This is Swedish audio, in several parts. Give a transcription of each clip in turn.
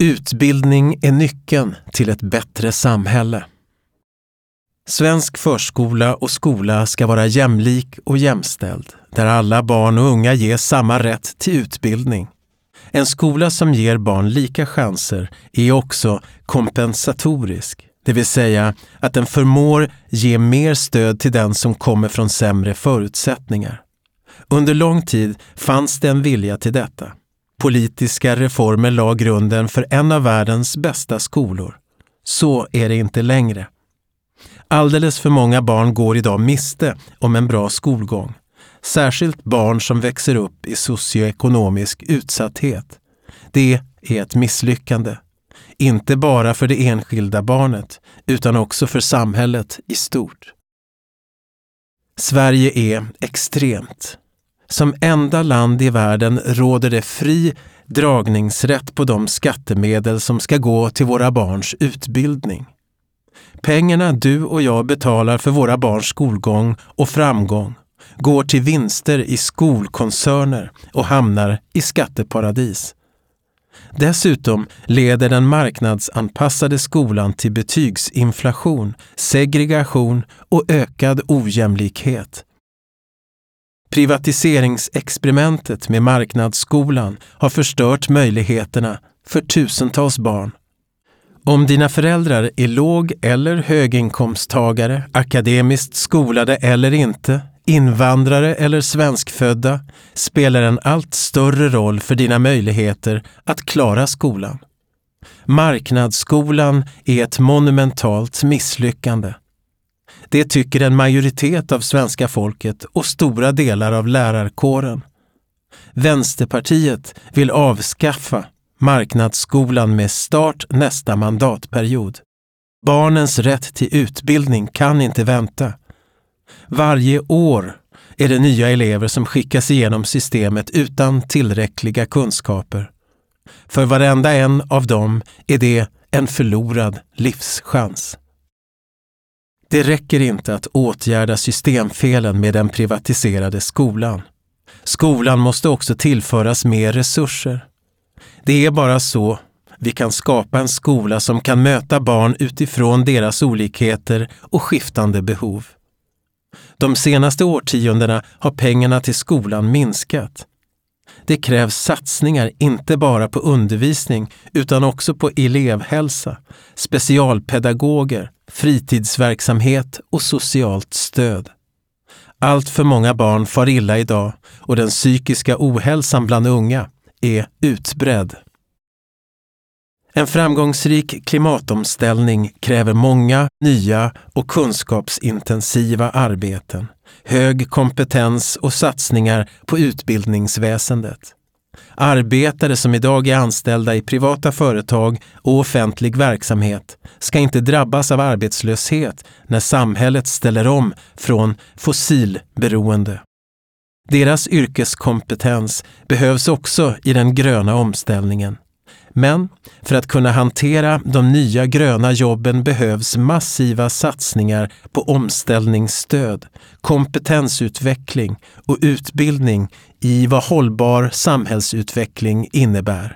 Utbildning är nyckeln till ett bättre samhälle. Svensk förskola och skola ska vara jämlik och jämställd, där alla barn och unga ges samma rätt till utbildning. En skola som ger barn lika chanser är också kompensatorisk, det vill säga att den förmår ge mer stöd till den som kommer från sämre förutsättningar. Under lång tid fanns det en vilja till detta. Politiska reformer la grunden för en av världens bästa skolor. Så är det inte längre. Alldeles för många barn går idag miste om en bra skolgång. Särskilt barn som växer upp i socioekonomisk utsatthet. Det är ett misslyckande. Inte bara för det enskilda barnet, utan också för samhället i stort. Sverige är extremt. Som enda land i världen råder det fri dragningsrätt på de skattemedel som ska gå till våra barns utbildning. Pengarna du och jag betalar för våra barns skolgång och framgång går till vinster i skolkoncerner och hamnar i skatteparadis. Dessutom leder den marknadsanpassade skolan till betygsinflation, segregation och ökad ojämlikhet. Privatiseringsexperimentet med marknadsskolan har förstört möjligheterna för tusentals barn. Om dina föräldrar är låg- eller höginkomsttagare, akademiskt skolade eller inte, invandrare eller svenskfödda, spelar en allt större roll för dina möjligheter att klara skolan. Marknadsskolan är ett monumentalt misslyckande. Det tycker en majoritet av svenska folket och stora delar av lärarkåren. Vänsterpartiet vill avskaffa marknadsskolan med start nästa mandatperiod. Barnens rätt till utbildning kan inte vänta. Varje år är det nya elever som skickas igenom systemet utan tillräckliga kunskaper. För varenda en av dem är det en förlorad livschans. Det räcker inte att åtgärda systemfelen med den privatiserade skolan. Skolan måste också tillföras mer resurser. Det är bara så vi kan skapa en skola som kan möta barn utifrån deras olikheter och skiftande behov. De senaste årtiondena har pengarna till skolan minskat. Det krävs satsningar inte bara på undervisning utan också på elevhälsa, specialpedagoger, fritidsverksamhet och socialt stöd. Allt för många barn far illa idag och den psykiska ohälsan bland unga är utbredd. En framgångsrik klimatomställning kräver många nya och kunskapsintensiva arbeten, hög kompetens och satsningar på utbildningsväsendet. Arbetare som idag är anställda i privata företag och offentlig verksamhet ska inte drabbas av arbetslöshet när samhället ställer om från fossilberoende. Deras yrkeskompetens behövs också i den gröna omställningen. Men för att kunna hantera de nya gröna jobben behövs massiva satsningar på omställningsstöd, kompetensutveckling och utbildning i vad hållbar samhällsutveckling innebär.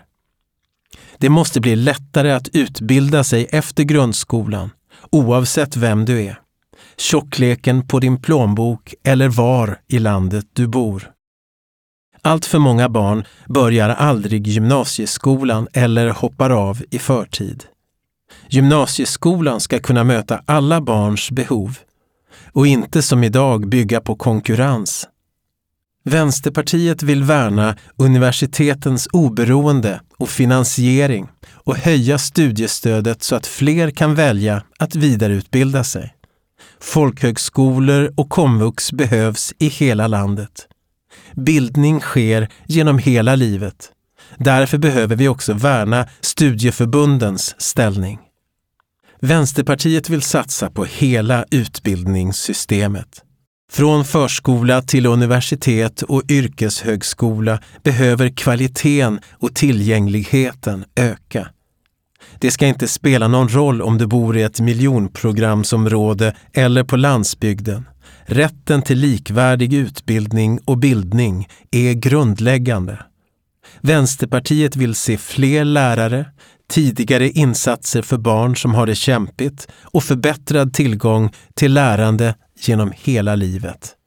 Det måste bli lättare att utbilda sig efter grundskolan, oavsett vem du är, tjockleken på din plånbok eller var i landet du bor. Allt för många barn börjar aldrig gymnasieskolan eller hoppar av i förtid. Gymnasieskolan ska kunna möta alla barns behov och inte som idag bygga på konkurrens. Vänsterpartiet vill värna universitetens oberoende och finansiering och höja studiestödet så att fler kan välja att vidareutbilda sig. Folkhögskolor och komvux behövs i hela landet. Bildning sker genom hela livet. Därför behöver vi också värna studieförbundens ställning. Vänsterpartiet vill satsa på hela utbildningssystemet. Från förskola till universitet och yrkeshögskola behöver kvaliteten och tillgängligheten öka. Det ska inte spela någon roll om du bor i ett miljonprogramsområde eller på landsbygden. Rätten till likvärdig utbildning och bildning är grundläggande. Vänsterpartiet vill se fler lärare, tidigare insatser för barn som har det kämpigt och förbättrad tillgång till lärande genom hela livet.